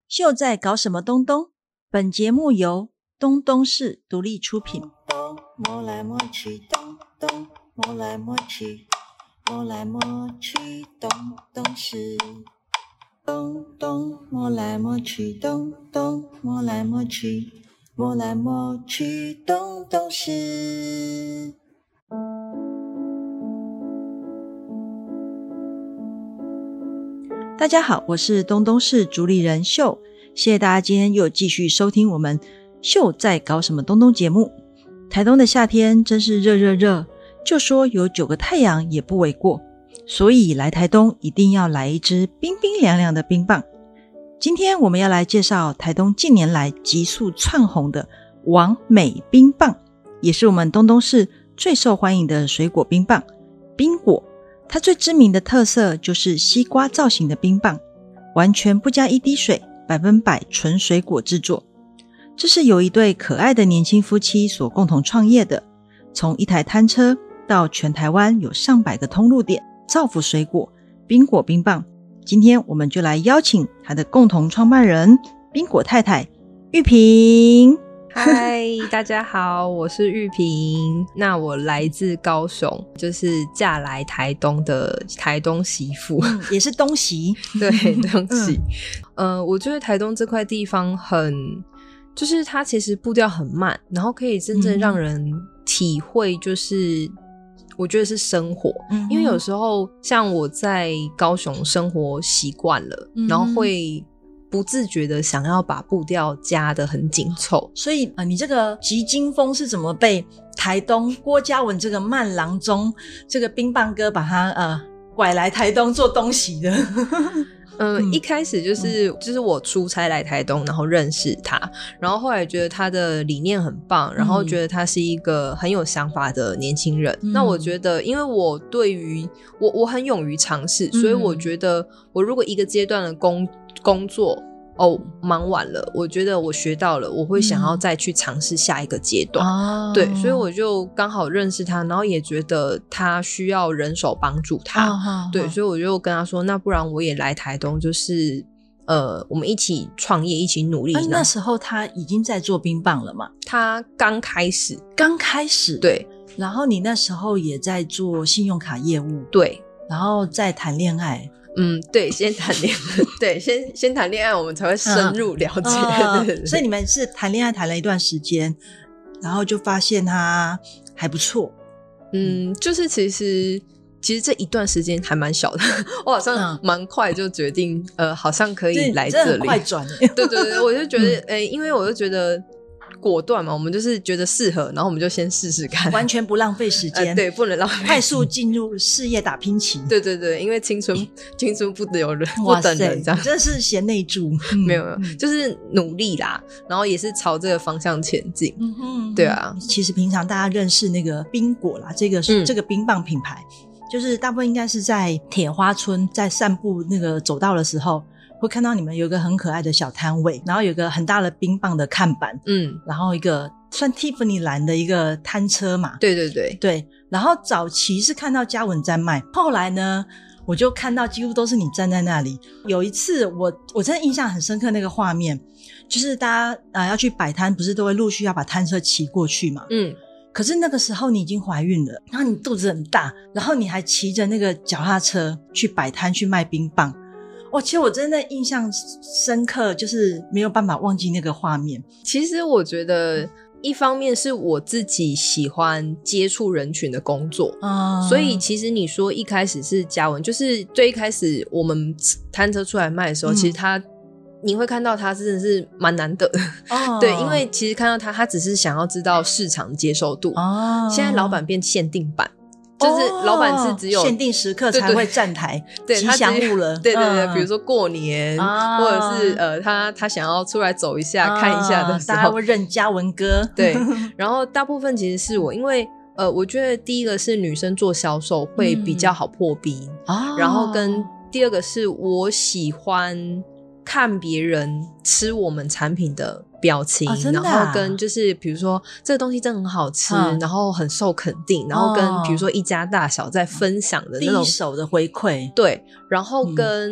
秀在搞什么东东？本节目由东东市独立出品。 摸来摸去，东东摸来摸去，摸来摸去，东东市。东东摸来摸去，东东摸来摸去，摸来摸去，东东市。 大家好，我是东东市主理人秀，谢谢大家今天又继续收听我们秀在搞什么东东节目。台东的夏天真是热热热，就说有9个太阳也不为过，所以来台东一定要来一支冰冰凉凉的冰棒。今天我们要来介绍台东近年来急速窜红的王美冰棒，也是我们东东市最受欢迎的水果冰棒冰果。它最知名的特色就是西瓜造型的冰棒，完全不加一滴水，100%纯水果制作。这是由一对可爱的年轻夫妻所共同创业的，从一台摊车到全台湾有上百个通路店，造福水果冰果冰棒。今天我们就来邀请他的共同创办人冰果太太玉萍。 嗨，大家好，我是玉萍。那我来自高雄，就是嫁来台东的台东媳妇， 也是东媳。 对，东媳。我觉得台东这块地方就是它其实步调很慢，然后可以真正让人体会，就是我觉得是生活。因为有时候像我在高雄生活习惯了，然后会不自觉的想要把步调加得很紧凑。 所以你这个急惊风是怎么被台东郭嘉文这个慢郎中这个冰棒哥把他拐来台东做东西的？ 一开始就是我出差来台东，然后认识他，然后后来觉得他的理念很棒，然后觉得他是一个很有想法的年轻人。那我觉得因为我对于我很勇于尝试，所以我觉得我如果一个阶段的工作忙完了，我觉得我学到了，我会想要再去尝试下一个阶段。对，所以我就刚好认识他，然后也觉得他需要人手帮助他。对，所以我就跟他说，那不然我也来台东，就是我们一起创业，一起努力。 那时候他已经在做冰棒了嘛？ 他刚开始，对。 然后你那时候也在做信用卡业务， 对， 然后再谈恋爱。 对，先谈恋爱，对，先谈恋爱，我们才会深入了解。 所以你们是谈恋爱谈了一段时间，然后就发现他还不错。 就是其实这一段时间还蛮小的，我好像蛮快就决定，好像可以来这里， 很快转。 对对对，我就觉得，因为我就觉得果断嘛，我们就是觉得适合，然后我们就先试试看， 完全不浪费时间。 对，不能浪费， 快速进入事业打拼期。 对对对，因为青春不等人，不等人这样， 真的是贤内助。 没有，就是努力啦，然后也是朝这个方向前进。对啊， 其实平常大家认识那个冰果啦，这个冰棒品牌，就是大部分应该是在铁花村在散步那个走道的时候，会看到你们有一个很可爱的小摊位，然后有一个很大的冰棒的看板，然后一个算 Tiffany 蓝的一个摊车嘛。 对对对对，然后早期是看到嘉文在卖，后来呢我就看到几乎都是你站在那里。有一次我真的印象很深刻，那个画面就是大家要去摆摊，不是都会陆续要把摊车骑过去嘛。可是那个时候你已经怀孕了，然后你肚子很大，然后你还骑着那个脚踏车去摆摊去卖冰棒。其实我真的印象深刻，就是没有办法忘记那个画面。 其实我觉得一方面是我自己喜欢接触人群的工作，所以其实你说一开始是嘉文，就是最一开始我们摊车出来卖的时候，其实你会看到他真的是蛮难得的。对，因为其实看到他只是想要知道市场接受度。现在老板变限定版，就是老板是只有限定时刻才会站台， 对， 吉祥物了。 对对对，比如说过年，或者是他想要出来走一下，看一下的时候， 大家会认嘉文哥。 对，然后大部分其实是我，因为我觉得第一个是女生做销售会比较好破冰，然后跟第二个是我喜欢看别人吃我们产品的表情，然后跟就是比如说这个东西真的很好吃，然后很受肯定，然后跟比如说一家大小在分享的那种第一手的回馈。 对，然后跟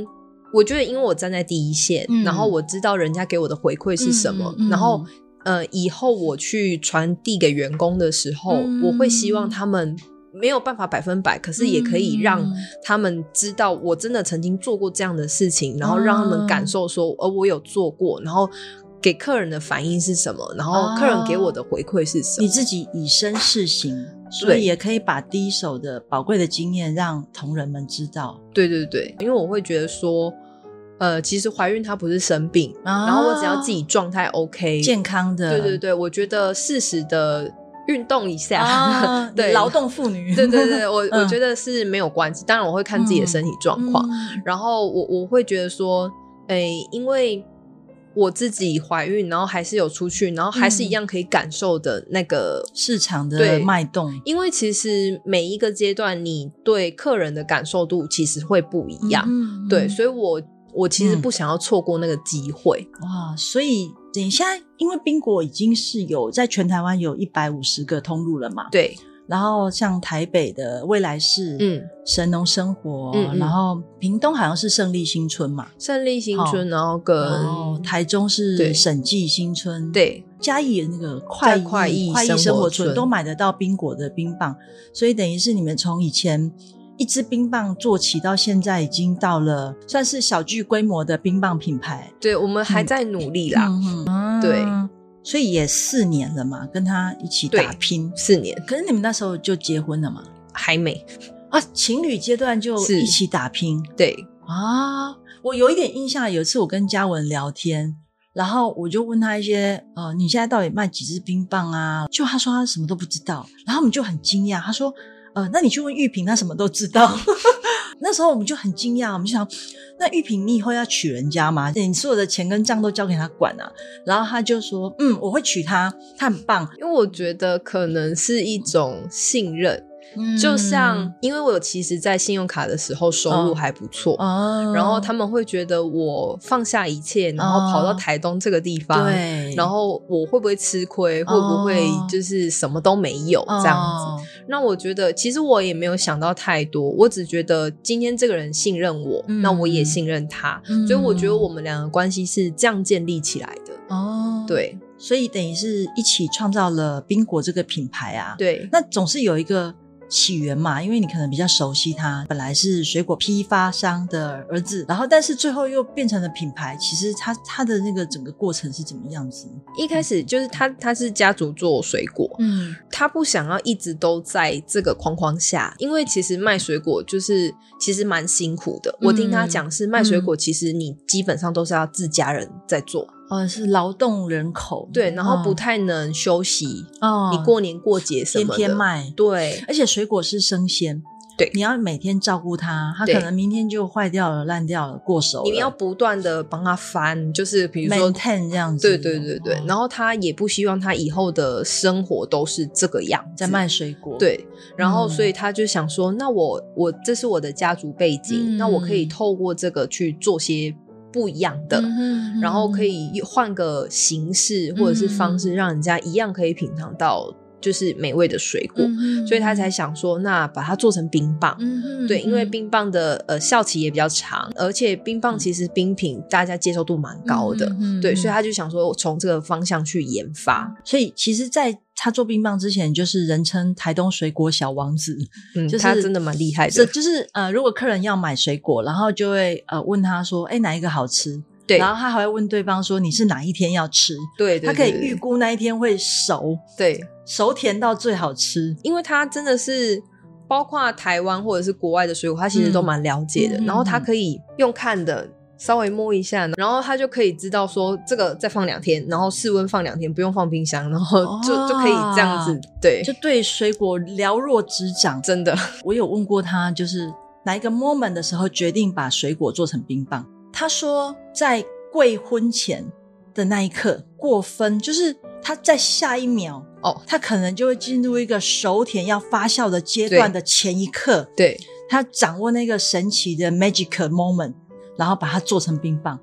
我觉得因为我站在第一线，然后我知道人家给我的回馈是什么，然后以后我去传递给员工的时候，我会希望他们没有办法100%，可是也可以让他们知道我真的曾经做过这样的事情，然后让他们感受说我有做过，然后给客人的反应是什么，然后客人给我的回馈是什么， 你自己以身试行，所以也可以把第一手的宝贵的经验让同仁们知道。 对对对，因为我会觉得说其实怀孕它不是生病，然后我只要自己状态 OK 健康的， 对对对，我觉得适时的运动一下，对， 劳动妇女， 对对对，我觉得是没有关系。当然我会看自己的身体状况，然后我会觉得说因为我自己怀孕，然后还是有出去，然后还是一样可以感受的那个市场的脉动。因为其实每一个阶段你对客人的感受度其实会不一样，对，所以我其实不想要错过那个机会。 哇，所以等一下，因为宾果已经是有在全台湾有150个通路了嘛， 对。 然后像台北的未来市，神农生活，然后屏东好像是胜利新村嘛， 胜利新村，然后跟台中是审计新村， 对， 嘉义的那个快意生活村都买得到宾果的冰棒，所以等于是你们从以前一支冰棒做起到现在已经到了算是小具规模的冰棒品牌。 对，我们还在努力啦，对。 所以也4年了嘛，跟他一起打拼 4年。 可是你们那时候就结婚了吗？ 还没啊，情侣阶段就一起打拼。 对啊，我有一点印象，有一次我跟嘉文聊天，然后我就问他一些你现在到底卖几支冰棒啊？就他说他什么都不知道，然后我们就很惊讶，他说那你去问玉萍，他什么都知道。那时候我们就很惊讶，我们就想那玉萍你以后要娶人家吗？你所有的钱跟账都交给他管啊。然后他就说我会娶他，他很棒。 因为我觉得可能是一种信任，就像因为我其实在信用卡的时候收入还不错，然后他们会觉得我放下一切然后跑到台东这个地方，对，然后我会不会吃亏，会不会就是什么都没有这样子。那我觉得其实我也没有想到太多，我只觉得今天这个人信任我，那我也信任他，所以我觉得我们两个关系是这样建立起来的。对， 所以等于是一起创造了宾果这个品牌啊。 对， 那总是有一个起源嘛，因为你可能比较熟悉他，本来是水果批发商的儿子，然后但是最后又变成了品牌，其实他的那个整个过程是怎么样子？ 一开始就是他是家族做水果，他不想要一直都在这个框框下，因为其实卖水果就是其实蛮辛苦的，我听他讲是卖水果其实你基本上都是要自家人在做， 是劳动人口， 对，然后不太能休息，你过年过节什么的天天卖， 对， 而且水果是生鲜， 对， 你要每天照顾它，它可能明天就坏掉了、烂掉了、过熟了， 你要不断的帮它翻，就是比如说 maintain 这样子， 对对对对，然后他也不希望他以后的生活都是这个样子， 在卖水果， 对，然后所以他就想说，那我这是我的家族背景，那我可以透过这个去做些不一样的，然后可以换个形式或者是方式，让人家一样可以品尝到就是美味的水果，所以他才想说那把它做成冰棒，对，因为冰棒的效期也比较长，而且冰棒其实冰品大家接受度蛮高的，对，所以他就想说从这个方向去研发， 所以其实在他做冰棒之前就是人称台东水果小王子，就是他真的蛮厉害的， 就是如果客人要买水果，然后就会问他说哪一个好吃， 对， 然后他还会问对方说你是哪一天要吃， 对，对， 他可以预估那一天会熟， 对， 熟甜到最好吃， 因为他真的是包括台湾或者是国外的水果他其实都蛮了解的，然后他可以用看的稍微摸一下，然后他就可以知道说这个再放2天，然后室温放2天，不用放冰箱，然后就可以这样子，对， 就对水果了若指掌， 真的。 我有问过他就是哪一个 moment 的时候决定把水果做成冰棒，他说在贵婚前的那一刻过分，就是他在下一秒他可能就会进入一个熟甜要发酵的阶段的前一刻， 对， 他掌握那个神奇的 magic moment，然后把它做成冰棒，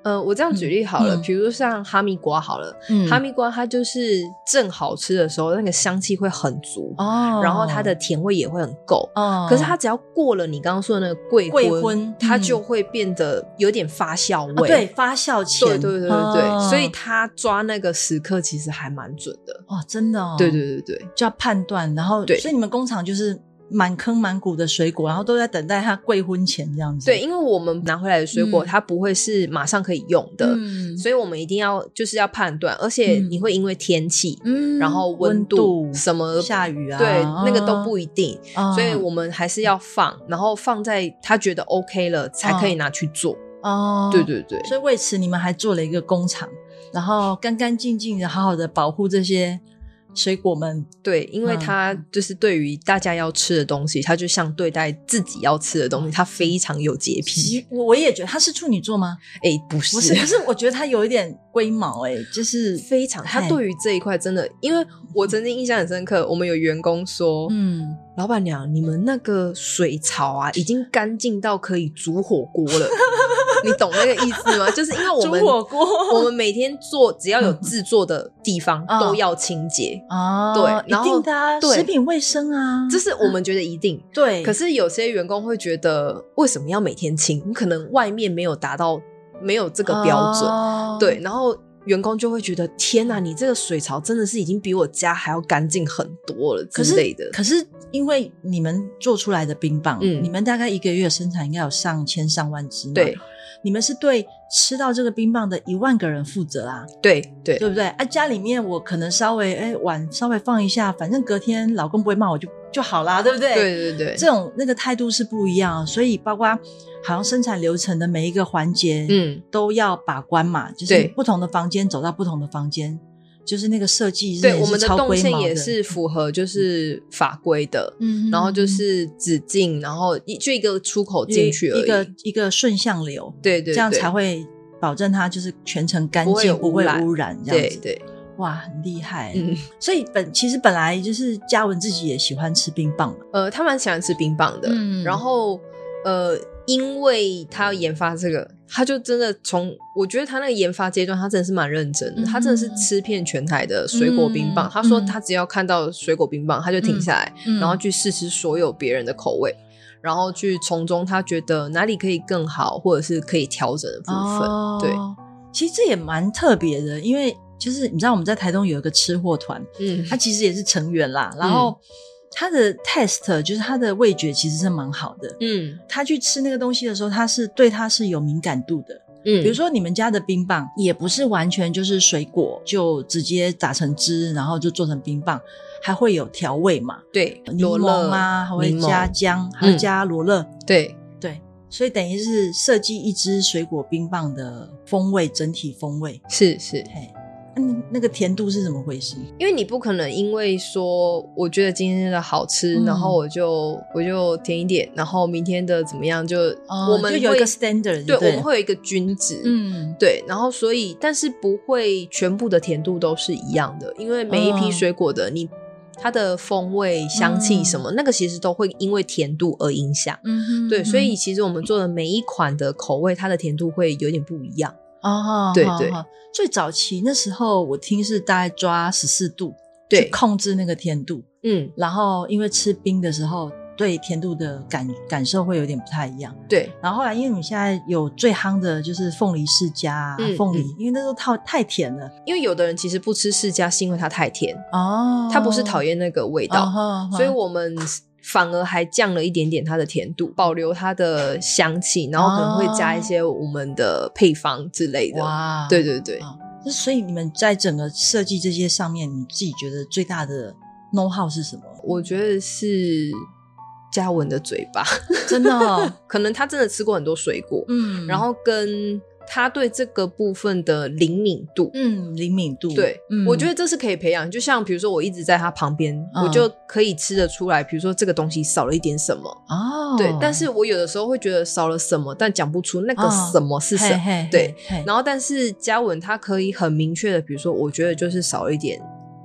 我这样举例好了，比如说像哈密瓜好了，哈密瓜它就是正好吃的时候，那个香气会很足然后它的甜味也会很够可是它只要过了你刚刚说的那个桂昏它就会变得有点发酵味对，发酵前对，所以它抓那个时刻其实还蛮准的真的对， 就要判断，然后所以你们工厂就是满坑满谷的水果，然后都在等待它桂昏前这样子。 对，因为我们拿回来的水果它不会是马上可以用的所以我们一定要就是要判断，而且你会因为天气然后温度什么下雨啊对那个都不一定所以我们还是要放，然后放在他觉得 OK 了才可以拿去做对， 所以为此你们还做了一个工厂，然后干干净净的好好的保护这些水果们。 对，因为它就是对于大家要吃的东西它就像对待自己要吃的东西，它非常有洁癖。 我也觉得他是处女座吗？ 不是， 可是我觉得他有一点龟毛就是非常他对于这一块真的，因为我曾经印象很深刻我们有员工说老板娘你们那个水槽啊已经干净到可以煮火锅了你懂那个意思吗？就是因为我们煮火锅我们每天做只要有制作的地方都要清洁对，然后一定的啊，食品卫生啊， 这是我们觉得一定对。 可是有些员工会觉得为什么要每天清？你可能外面没有达到没有这个标准对，然后员工就会觉得天哪，你这个水槽真的是已经比我家还要干净很多了之类的。 可是因为你们做出来的冰棒你们大概一个月生产应该有上千上万只嘛， 对， 你们是对吃到这个冰棒的10000个人负责啊， 对不对家里面我可能稍微碗稍微放一下，反正隔天老公不会骂我就好啦，对不对？ 对， 这种那个态度是不一样所以包括好像生产流程的每一个环节都要把关嘛，就是不同的房间走到不同的房间，就是那个设计对我们的动线也是符合就是法规的然后就是只进然后就一个出口进去而已， 一个顺向流对这样才会保证它就是全程干净不会污染这样子对哇很厉害所以其实本来就是嘉文自己也喜欢吃冰棒他蛮喜欢吃冰棒的然后因为他要研发这个他就真的我觉得他那个研发阶段他真的是蛮认真的他真的是吃遍全台的水果冰棒他说他只要看到水果冰棒他就停下来然后去试吃所有别人的口味然后去从中他觉得哪里可以更好或者是可以调整的部分对， 其实这也蛮特别的，因为就是你知道我们在台东有一个吃货团他其实也是成员啦然后他的 test 就是他的味觉其实是蛮好的他去吃那个东西的时候他是对他是有敏感度的比如说你们家的冰棒也不是完全就是水果就直接打成汁然后就做成冰棒，还会有调味嘛， 对， 柠檬啊还会加姜还会加罗勒对， 所以等于是设计一支水果冰棒的风味整体风味是那个甜度是怎么回事？ 因为你不可能因为说我觉得今天的好吃然后我就甜一点然后明天的怎么样就我们就有一个 standard 对我们会有一个均值对，然后所以但是不会全部的甜度都是一样的，因为每一批水果的它的风味香气什么那个其实都会因为甜度而影响对，所以其实我们做的每一款的口味它的甜度会有点不一样对， 最早期那时候我听是大概抓14度对去控制那个甜度然后因为吃冰的时候对甜度的感受会有点不太一样对， 然后后来因为你们现在有最夯的就是凤梨世家凤梨因为那时候太甜了， 因为有的人其实不吃世家是因为它太甜他不是讨厌那个味道所以我们反而还降了一点点它的甜度，保留它的香气，然后可能会加一些我们的配方之类的哇，对所以你们在整个设计这些上面你自己觉得最大的 know how 是什么？ 我觉得是嘉文的嘴巴真的可能他真的吃过很多水果然后跟他对这个部分的灵敏度灵敏度对我觉得这是可以培养，就像比如说我一直在他旁边我就可以吃得出来比如说这个东西少了一点什么对，但是我有的时候会觉得少了什么但讲不出那个什么是什么对，然后但是嘉文他可以很明确的比如说我觉得就是少了一点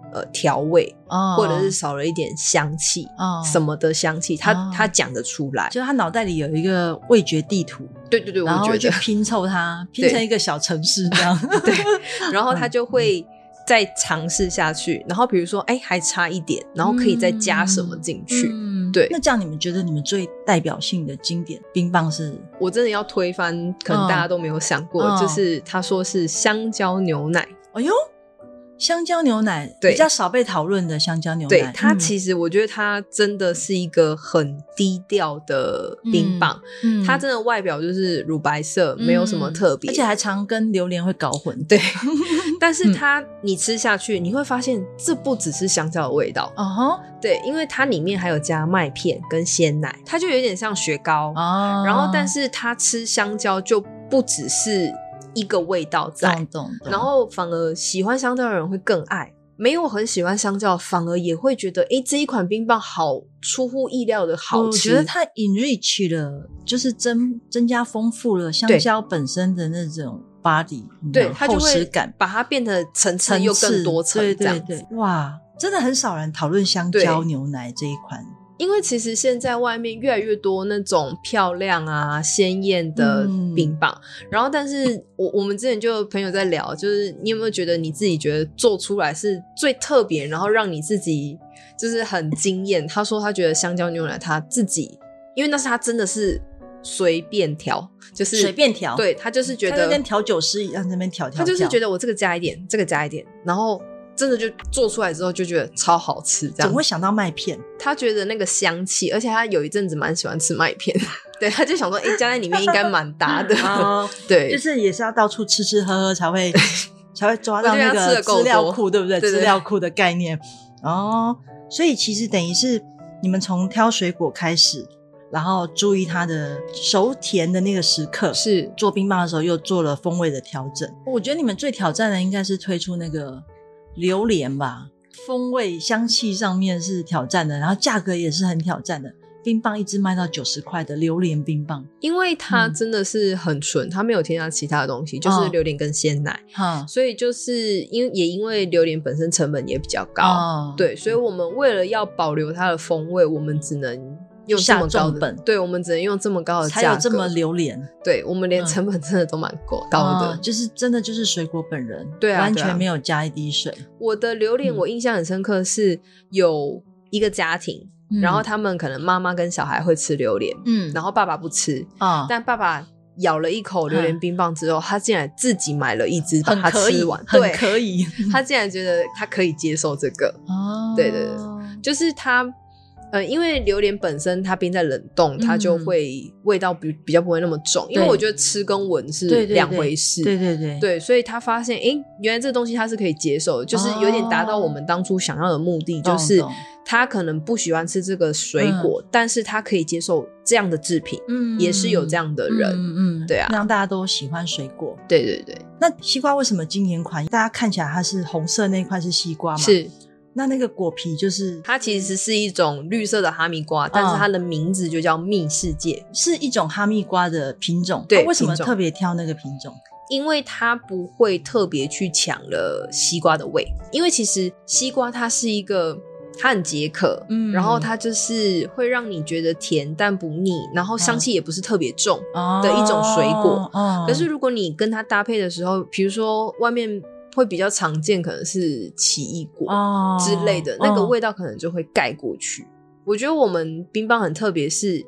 调味、或者是少了一点香气、什么的香气，他讲得出来， 就他脑袋里有一个味觉地图， 对对对， 然后我觉得去拼凑它，拼成一个小城市这样。 对，然后他就会再尝试下去，然后比如说还差一点，然后可以再加什么进去。对， 那这样你们觉得你们最代表性的经典冰棒是？ 我真的要推翻可能大家都没有想过，就是他说是香蕉牛奶。 哎呦，香蕉牛奶比较少被讨论的香蕉牛奶， 对，它其实我觉得它真的是一个很低调的冰棒，它真的外表就是乳白色，没有什么特别， 而且还常跟榴莲会搞混。 对，但是你吃下去你会发现这不只是香蕉的味道，对，因为它里面还有加麦片跟鲜奶，它就有点像雪糕，然后但是它吃香蕉就不只是一个味道在，然后反而喜欢香蕉的人会更爱，没有很喜欢香蕉反而也会觉得这一款冰棒好出乎意料的好吃。 我觉得它 enrich 了，就是增加丰富了香蕉本身的那种 body， 对，它就厚实感， 把它变得层次又更多层， 对对对，哇，真的很少人讨论香蕉牛奶这一款。 因为其实现在外面越来越多那种漂亮啊鲜艳的冰棒，然后但是我们之前就有朋友在聊，就是你有没有觉得你自己觉得做出来是最特别，然后让你自己就是很惊艳。他说他觉得香蕉牛奶他自己，因为那是他真的是随便调，就是随便调， 对，他就是觉得他就跟调酒师一样在那边调， 他就是觉得我这个加一点，这个加一点，然后真的就做出来之后就觉得超好吃，这样总会想到麦片。 他觉得那个香气，而且他有一阵子蛮喜欢吃麦片，对，他就想说加在里面应该蛮搭的。对， 就是也是要到处吃吃喝喝才会抓到那个资料库，对不对？资料库的概念。所以其实等于是你们从挑水果开始，然后注意它的熟甜的那个时刻， 是做冰棒的时候又做了风味的调整。我觉得你们最挑战的应该是推出那个榴莲吧，风味香气上面是挑战的，然后价格也是很挑战的。冰棒一支卖到90块的榴莲冰棒， 因为它真的是很纯，它没有添加其他的东西，就是榴莲跟鲜奶，所以就是因为榴莲本身成本也比较高，对，所以我们为了要保留它的风味，我们只能用这么高的，对，我们只能用这么高的价格， 才有这么榴莲， 对，我们连成本真的都蛮高的， 就是真的就是水果本人， 对啊， 完全没有加一滴水。 我的榴莲我印象很深刻，是有一个家庭，然后他们可能妈妈跟小孩会吃榴莲，然后爸爸不吃，但爸爸咬了一口榴莲冰棒之后，他竟然自己买了一支把它吃完， 很可以， 他竟然觉得他可以接受这个，对对对，就是他因为榴莲本身它冰在冷冻，它就会味道比较不会那么重，因为我觉得吃跟闻是两回事， 对对对对，所以他发现原来这东西它是可以接受的，就是有点达到我们当初想要的目的，就是他可能不喜欢吃这个水果，但是他可以接受这样的制品，也是有这样的人，对啊， 让大家都喜欢水果， 对对对。 那西瓜为什么今年款大家看起来它是红色那一块是西瓜嘛？ 是。 那个果皮就是它其实是一种绿色的哈密瓜，但是它的名字就叫蜜世界， 是一种哈密瓜的品种。 对， 为什么特别挑那个品种？ 因为它不会特别去抢了西瓜的味，因为其实西瓜它是一个它很解渴，然后它就是会让你觉得甜但不腻，然后香气也不是特别重的一种水果。可是如果你跟它搭配的时候，比如说外面会比较常见可能是奇异果之类的，那个味道可能就会盖过去。我觉得我们冰棒很特别，是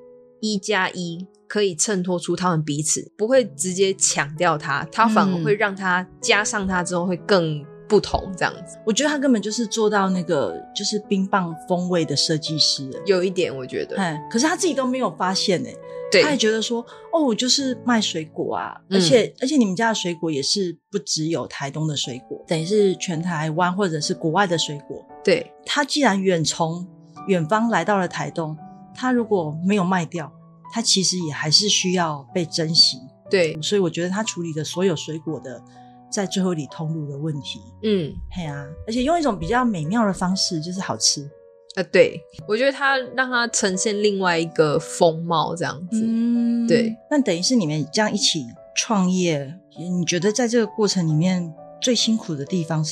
1+1可以衬托出他们彼此，不会直接抢掉它，它反而会让它加上它之后会更不同这样子。 我觉得他根本就是做到那个就是冰棒风味的设计师， 有一点我觉得， 可是他自己都没有发现他也觉得说我就是卖水果啊，而且你们家的水果也是不只有台东的水果，等于是全台湾或者是国外的水果。 对， 他既然从远方来到了台东，他如果没有卖掉，他其实也还是需要被珍惜。 对， 所以我觉得他处理的所有水果的在最后里通路的问题，而且用一种比较美妙的方式，就是好吃。 对，我觉得它让它呈现另外一个风貌这样子。对， 那等于是你们这样一起创业，你觉得在这个过程里面最辛苦的地方是什么？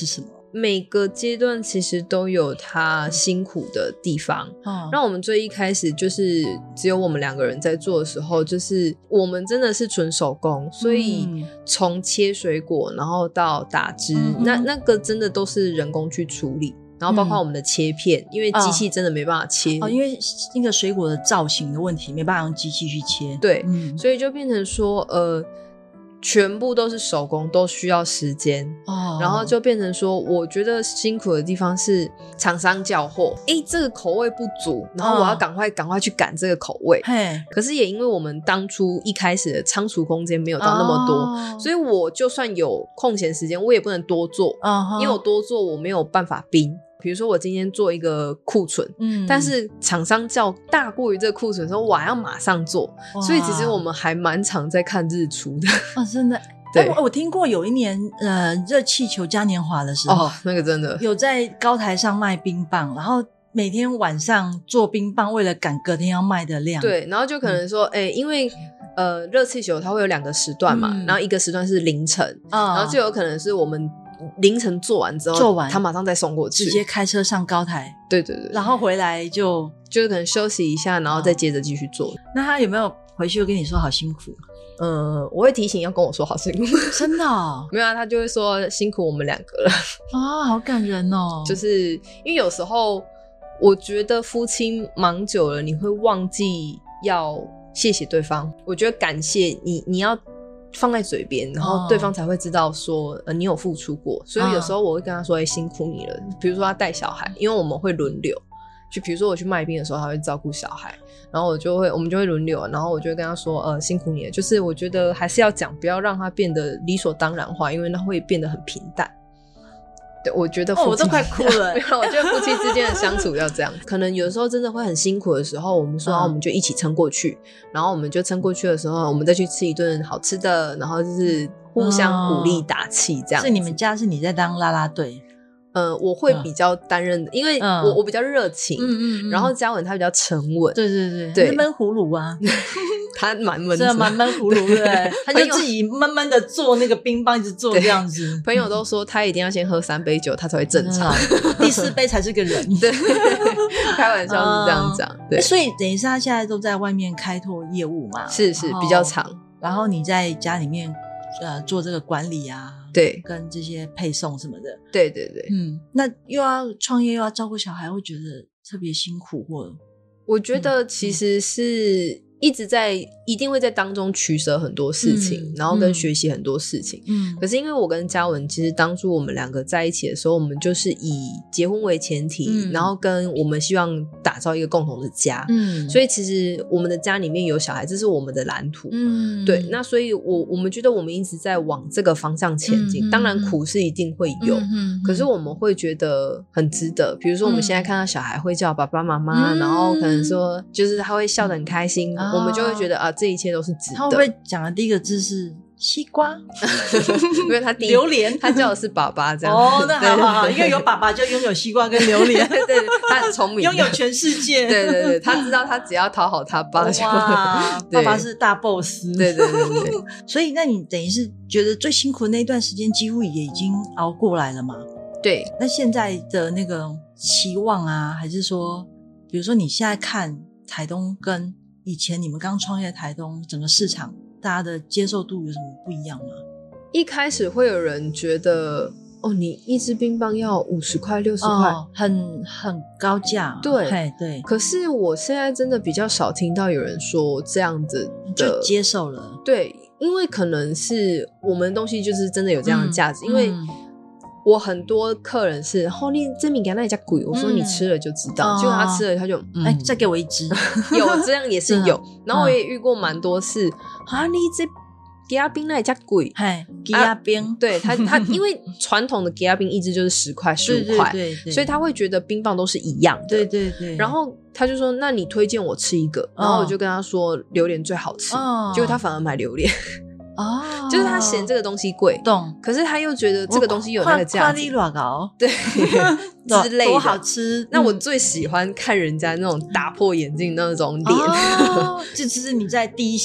每个阶段其实都有他辛苦的地方。那我们最一开始就是只有我们2个人在做的时候，就是我们真的是纯手工，所以从切水果然后到打汁，那个真的都是人工去处理。然后包括我们的切片，因为机器真的没办法切因为那个水果的造型的问题没办法用机器去切， 对，所以就变成说全部都是手工，都需要时间然后就变成说我觉得辛苦的地方是厂商叫货这个口味不足，然后我要赶快去赶这个口味可是也因为我们当初一开始的仓储空间没有到那么多所以我就算有空闲时间我也不能多做因为我多做我没有办法冰。比如说我今天做一个库存但是厂商叫大过于这个库存的时候我还要马上做，所以其实我们还蛮常在看日出的真的。对，我听过有一年热气球嘉年华的时候那个真的有在高台上卖冰棒，然后每天晚上做冰棒为了赶隔天要卖的量。 对，然后就可能说因为热气球它会有2个时段嘛然后一个时段是凌晨然后就有可能是我们凌晨做完之后他马上再送过去， 直接开车上高台。 对对对， 然后回来就是可能休息一下然后再接着继续做那他有没有回去跟你说好辛苦？ 我会提醒要跟我说好辛苦真的没有他就会说辛苦我们2个了好感人哦。 就是因为有时候我觉得夫妻忙久了你会忘记要谢谢对方，我觉得感谢你要放在嘴边然后对方才会知道说你有付出过所以有时候我会跟他说辛苦你了。比如说他带小孩因为我们会轮流就比如说我去卖冰的时候他会照顾小孩然后我们就会轮流然后我就会跟他说辛苦你了，就是我觉得还是要讲不要让他变得理所当然化，因为他会变得很平淡。对，我觉得我都快哭了我觉得夫妻之间的相处要这样可能有时候真的会很辛苦的时候我们说我们就一起撑过去然后我们就撑过去的时候我们再去吃一顿好吃的然后就是互相鼓励打气这样。 所以你们家是你在当啦啦队？ 我会比较担任因为我比较热情然后嘉文他比较沉稳。 对对对，闷葫芦啊他蛮闷的，蛮闷葫芦对他就自己慢慢的做那个冰棒一直做这样子。 朋友都说他一定要先喝3杯酒他才会正常第4杯才是个人对开玩笑是这样讲对所以等于是他现在都在外面开拓业务嘛。 是比较长然后你在家里面做这个管理啊对跟这些配送什么的。 对对对那又要创业又要照顾小孩会觉得特别辛苦或我觉得其实是一定会在当中取舍很多事情然后跟学习很多事情可是因为我跟嘉文其实当初我们2个在一起的时候我们就是以结婚为前提然后跟我们希望打造一个共同的家所以其实我们的家里面有小孩这是我们的蓝图对，那所以我们觉得我们一直在往这个方向前进当然苦是一定会有可是我们会觉得很值得。比如说我们现在看到小孩会叫爸爸妈妈然后可能说就是他会笑得很开心我们就会觉得这一切都是值得。 他会不会讲的第一个字是西瓜？ 因为他榴莲， 他叫的是爸爸这样那好因为有爸爸就拥有西瓜跟榴莲对他很聪明， 拥有全世界对对对，他知道他只要讨好他爸就哇爸爸是大 boss 对对对对所以那你等于是觉得最辛苦的那段时间几乎也已经熬过来了嘛？ 对， 那现在的那个期望啊还是说比如说你现在看台东跟以前你们刚创业台东整个市场大家的接受度有什么不一样吗？ 一开始会有人觉得你一支冰棒要50块60块很高价对对， 可是我现在真的比较少听到有人说这样子的就接受了。 对，因为可能是我们的东西就是真的有这样的价值因为我很多客人是你这米给那一家贵我说你吃了就知道结果他吃了他就再给我一支有这样也是有然后我也遇过蛮多次你这鸡鸭冰那一家贵鸡鸭冰对他因为传统的鸡鸭冰一支就是10块15块对， 所以他会觉得冰棒都是一样的对对对， 然后他就说那你推荐我吃一个然后我就跟他说榴莲最好吃结果他反而买榴莲就是他嫌这个东西贵懂可是他又觉得这个东西有那个价值对之类的多好吃那我最喜欢看人家那种打破眼镜那种脸这就是你在第一线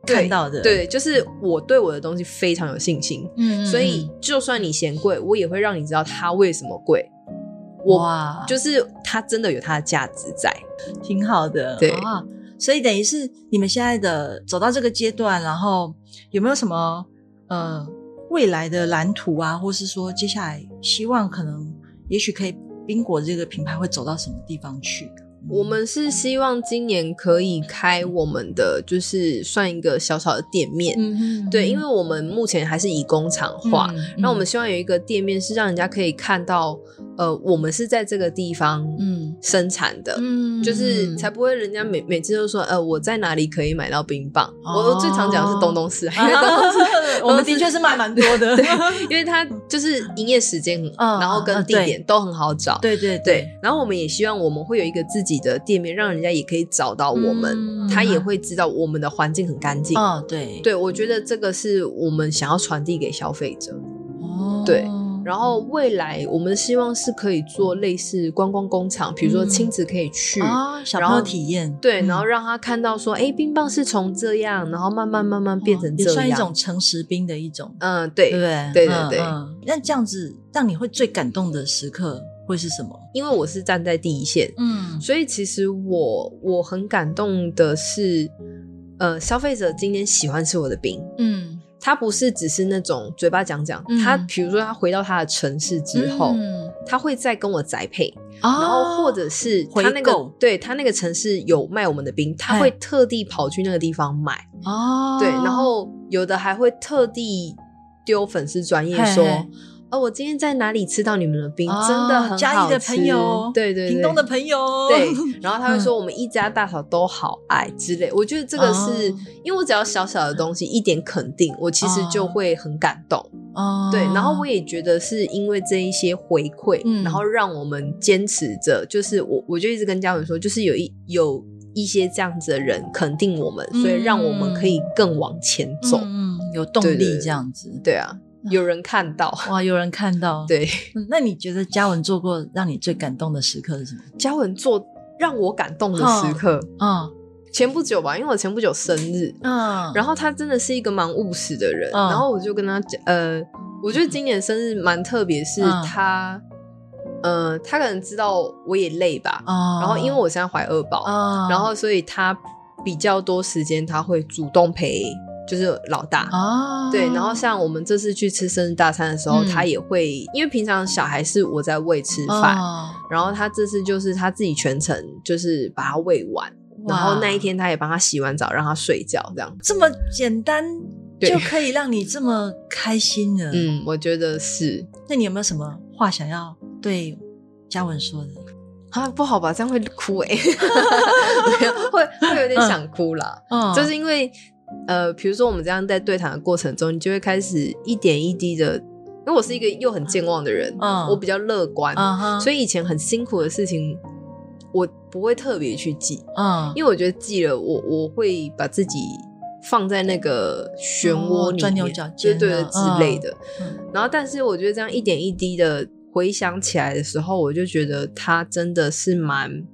看到的。 对，就是我对我的东西非常有信心，所以就算你嫌贵，我也会让你知道它为什么贵。哇，就是它真的有它的价值在， 挺好的。 对所以等于是你们现在的走到这个阶段，然后有没有什么未来的蓝图啊，或是说接下来希望可能也许可以宾果这个品牌会走到什么地方去？ 我们是希望今年可以开我们的就是算一个小小的店面，对，因为我们目前还是以工厂化，那我们希望有一个店面是让人家可以看到我们是在这个地方生产的，就是才不会人家每次都说我在哪里可以买到冰棒，我最常讲的是东东市，因为东东市我们的确是卖蛮多的对，因为它就是营业时间然后跟地点都很好找， 对对对， 然后我们也希望我们会有一个自己的店面，让人家也可以找到我们，他也会知道我们的环境很干净。对，我觉得这个是我们想要传递给消费者。对，然后未来我们希望是可以做类似观光工厂，比如说亲子可以去小朋友体验， 对，然后让他看到说冰棒是从这样然后慢慢变成这样， 也算一种诚实冰的一种， 对对不对？ 对， 那这样子让你会最感动的时刻会是什么？ 因为我是站在第一线，所以其实我很感动的是消费者今天喜欢吃我的冰，他不是只是那种嘴巴讲讲，他比如说他回到他的城市之后，他会再跟我宅配，然后或者是他那个对他那个城市有卖我们的冰，他会特地跑去那个地方买，对，然后有的还会特地丢粉丝专页说我今天在哪里吃到你们的冰，真的很好吃， 嘉义的朋友， 对对对， 屏东的朋友， 对，然后他会说我们一家大小都好爱之类，我觉得这个是因为我只要小小的东西一点肯定，我其实就会很感动，对，然后我也觉得是因为这一些回馈，然后让我们坚持着，就是我就一直跟嘉文说，就是有一些这样子的人肯定我们，所以让我们可以更往前走， 有动力这样子， 对啊，有人看到， 哇，有人看到， 对。 那你觉得嘉文做过让你最感动的时刻是什么？ 嘉文做让我感动的时刻，前不久吧，因为我前不久生日，然后他真的是一个蛮务实的人，然后我就跟他讲，我觉得今年生日蛮特别，是他可能知道我也累吧，然后因为我现在怀2宝，然后所以他比较多时间他会主动陪就是老大，对，然后像我们这次去吃生日大餐的时候，他也会，因为平常小孩是我在喂吃饭，然后他这次就是他自己全程就是把他喂完，然后那一天他也帮他洗完澡让他睡觉，这样这么简单就可以让你这么开心了。 我觉得是。 那你有没有什么话想要对嘉文说的？ 不好吧，这样会哭会有点想哭啦，就是因为比如说我们这样在对谈的过程中，你就会开始一点一滴的，因为我是一个又很健忘的人，我比较乐观，所以以前很辛苦的事情我不会特别去记，因为我觉得记了我会把自己放在那个漩涡里面， 钻牛角尖， 对之类的，然后但是我觉得这样一点一滴的回想起来的时候，我就觉得他真的是蛮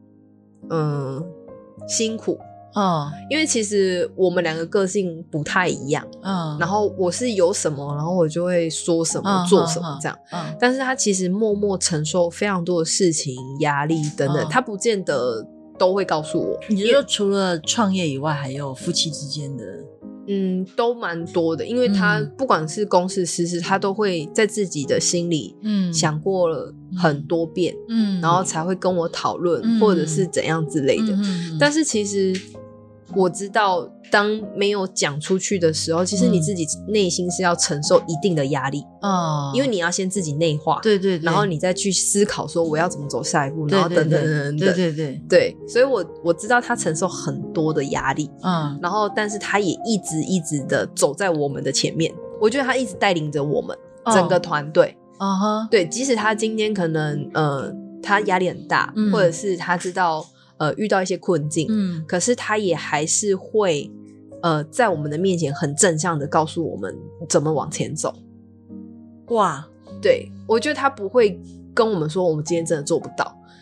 辛苦，因为其实我们两个个性不太一样，然后我是有什么然后我就会说什么做什么这样，但是他其实默默承受非常多的事情压力等等，他不见得都会告诉我。 你说除了创业以外还有夫妻之间的都蛮多的，因为他不管是公事私事，他都会在自己的心里想过了很多遍，然后才会跟我讨论，或者是怎样之类的，但是其实我知道当没有讲出去的时候，其实你自己内心是要承受一定的压力，因为你要先自己内化， 对， 然后你再去思考说我要怎么走下一步，然后等等等等，对，所以我知道他承受很多的压力，然后但是他也一直的走在我们的前面，我觉得他一直带领着我们整个团队，对，即使他今天可能他压力很大，或者是他知道遇到一些困境，可是他也还是会在我们的面前很正向的告诉我们怎么往前走。哇，对，我觉得他不会跟我们说我们今天真的做不到，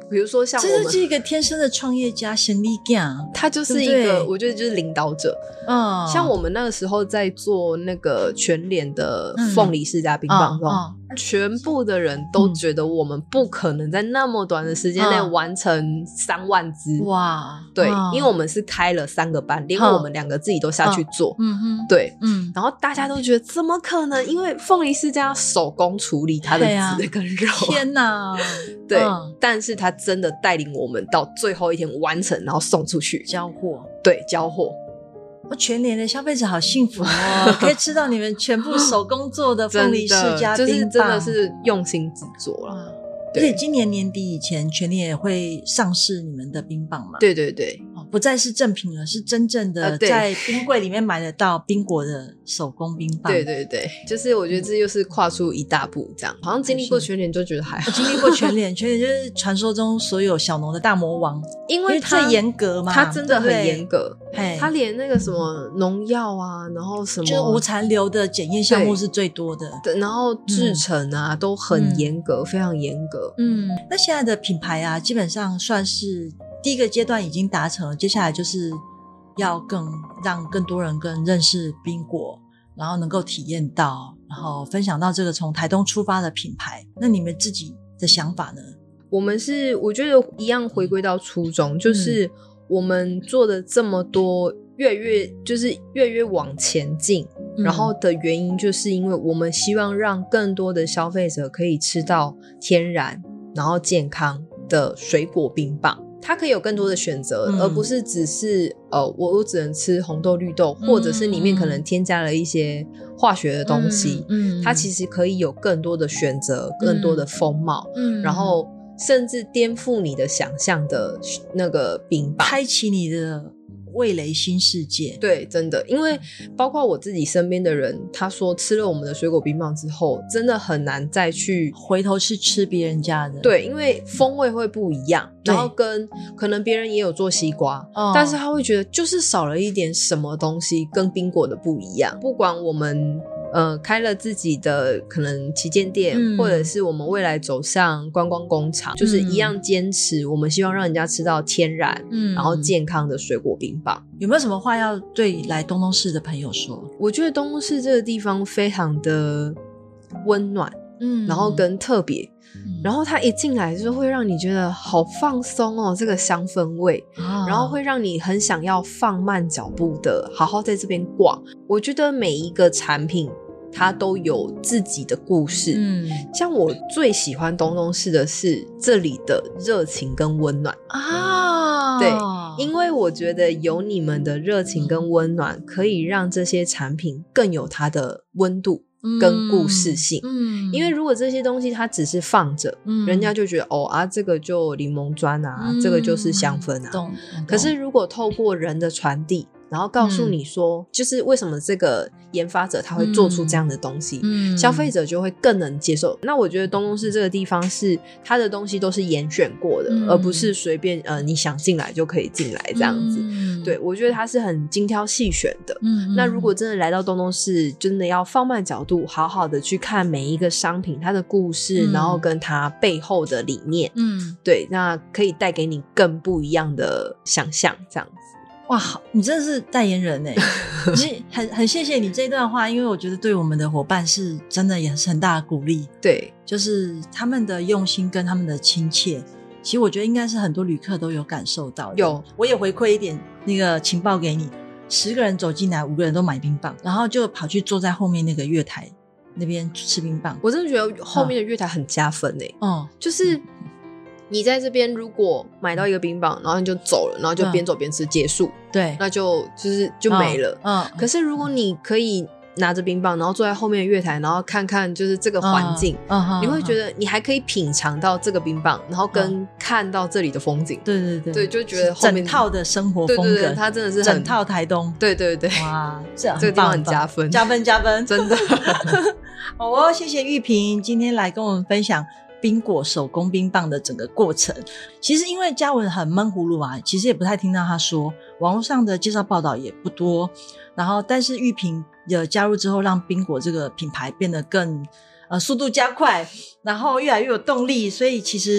比如说像我们， 这是一个天生的创业家，行李匠， 他就是一个， 对不对我觉得就是领导者。像我们那个时候在做那个全联的凤梨世家冰棒的时候，全部的人都觉得我们不可能在那么短的时间内完成3万支。 哇， 对，因为我们是开了3个班，连我们2个自己都下去做。对，然后大家都觉得怎么可能？因为凤梨世家手工处理它的籽跟肉， 天哪！ 对，但是他真的带领我们到最后一天完成，然后送出去交货。 对，交货。 全联的消费者好幸福哦，可以吃到你们全部手工做的凤梨世家冰棒， 就是真的是用心制作了。 而且今年年底以前，全联也会上市你们的冰棒嘛？ 对对对， 不再是正品了，是真正的在冰柜里面买得到冰果的手工冰棒。 对对对，就是我觉得这又是跨出一大步，这样好像经历过全联就觉得还好。 经历过全联，全联就是传说中所有小农的大魔王，因为最严格嘛， 他真的很严格，他连那个什么农药啊，然后什么就是无残留的检验项目是最多的， 对，然后制程啊都很严格，非常严格。 那现在的品牌啊，基本上算是第一个阶段已经达成了，接下来就是要让更多人更认识冰果，然后能够体验到，然后分享到这个从台东出发的品牌。那你们自己的想法呢？ 我们是我觉得一样回归到初衷，就是我们做的这么多越越往前进，然后的原因就是因为我们希望让更多的消费者可以吃到天然然后健康的水果冰棒，它可以有更多的选择，而不是只是我只能吃红豆绿豆，或者是里面可能添加了一些化学的东西，它其实可以有更多的选择，更多的风貌，然后甚至颠覆你的想象的那个冰棒， 开启你的味蕾新世界。 对，真的，因为包括我自己身边的人，他说吃了我们的水果冰棒之后真的很难再去回头去吃别人家的。 对，因为风味会不一样，然后跟可能别人也有做西瓜，但是他会觉得就是少了一点什么东西跟冰果的不一样。不管我们开了自己的可能旗舰店，或者是我们未来走向观光工厂，就是一样坚持我们希望让人家吃到天然然后健康的水果冰棒。 有没有什么话要对来东东市的朋友说？ 我觉得东东市这个地方非常的温暖，然后跟特别，然后它一进来就会让你觉得好放松哦，这个香氛味，然后会让你很想要放慢脚步的好好在这边逛。我觉得每一个产品它都有自己的故事，像我最喜欢东东市的是这里的热情跟温暖啊，对，因为我觉得有你们的热情跟温暖，可以让这些产品更有它的温度跟故事性，因为如果这些东西它只是放着，人家就觉得这个就柠檬砖啊，这个就是香氛啊，可是如果透过人的传递，然后告诉你说就是为什么这个研发者他会做出这样的东西，消费者就会更能接受。那我觉得东东市这个地方是它的东西都是严选过的，而不是随便你想进来就可以进来这样子，对，我觉得它是很精挑细选的。那如果真的来到东东市，真的要放慢角度，好好的去看每一个商品它的故事，然后跟它背后的理念，对，那可以带给你更不一样的想象这样子。 哇，你真的是代言人耶很谢谢你这段话，因为我觉得对我们的伙伴是真的也是很大的鼓励。 对， 就是他们的用心跟他们的亲切，其实我觉得应该是很多旅客都有感受到的。 有， 我也回馈一点那个情报给你，10个人走进来，5个人都买冰棒，然后就跑去坐在后面那个月台那边吃冰棒。 我真的觉得后面的月台很加分耶，就是你在这边如果买到一个冰棒，然后你就走了，然后就边走边吃结束， 对， 那就没了。可是如果你可以拿着冰棒，然后坐在后面的月台，然后看看就是这个环境，你会觉得你还可以品尝到这个冰棒，然后跟看到这里的风景。 对对对对， 就觉得后面整套的生活风格， 对，它真的是整套台东。 对对对， 哇， 这个地方很加分， 加分加分， 真的。 好哦，谢谢玉萍今天来跟我们分享冰果手工冰棒的整个过程。其实因为嘉文很闷葫芦啊，其实也不太听到他说，网络上的介绍报道也不多，然后但是玉萍的加入之后，让冰果这个品牌变得更速度加快，然后越来越有动力，所以其实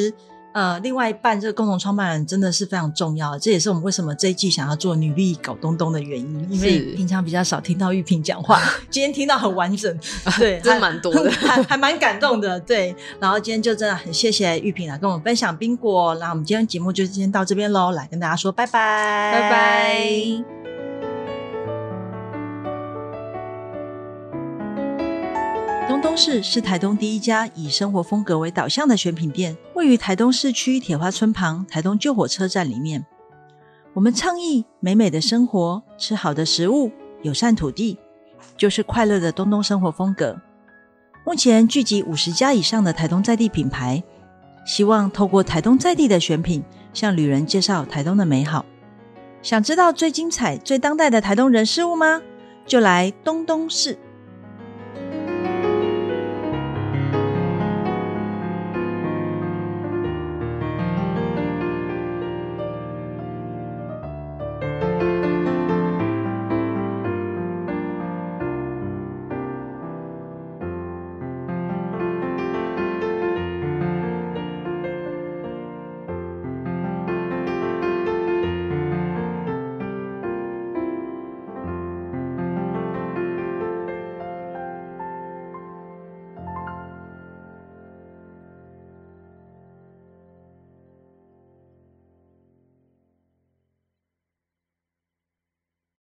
另外一半这个共同创办人真的是非常重要的，这也是我们为什么这一季想要做女力搞东东的原因，因为平常比较少听到玉萍讲话今天听到很完整对， 真蛮多的还蛮感动的，对。然后今天就真的很谢谢玉萍来跟我们分享冰果，然后我们今天节目就先到这边咯，来跟大家说拜拜拜拜。 东东市是台东第一家以生活风格为导向的选品店，位于台东市区铁花村旁台东旧火车站里面。我们倡议美美的生活，吃好的食物，友善土地，就是快乐的东东生活风格。目前聚集50家以上的台东在地品牌，希望透过台东在地的选品，向旅人介绍台东的美好。想知道最精彩、最当代的台东人事物吗？就来东东市。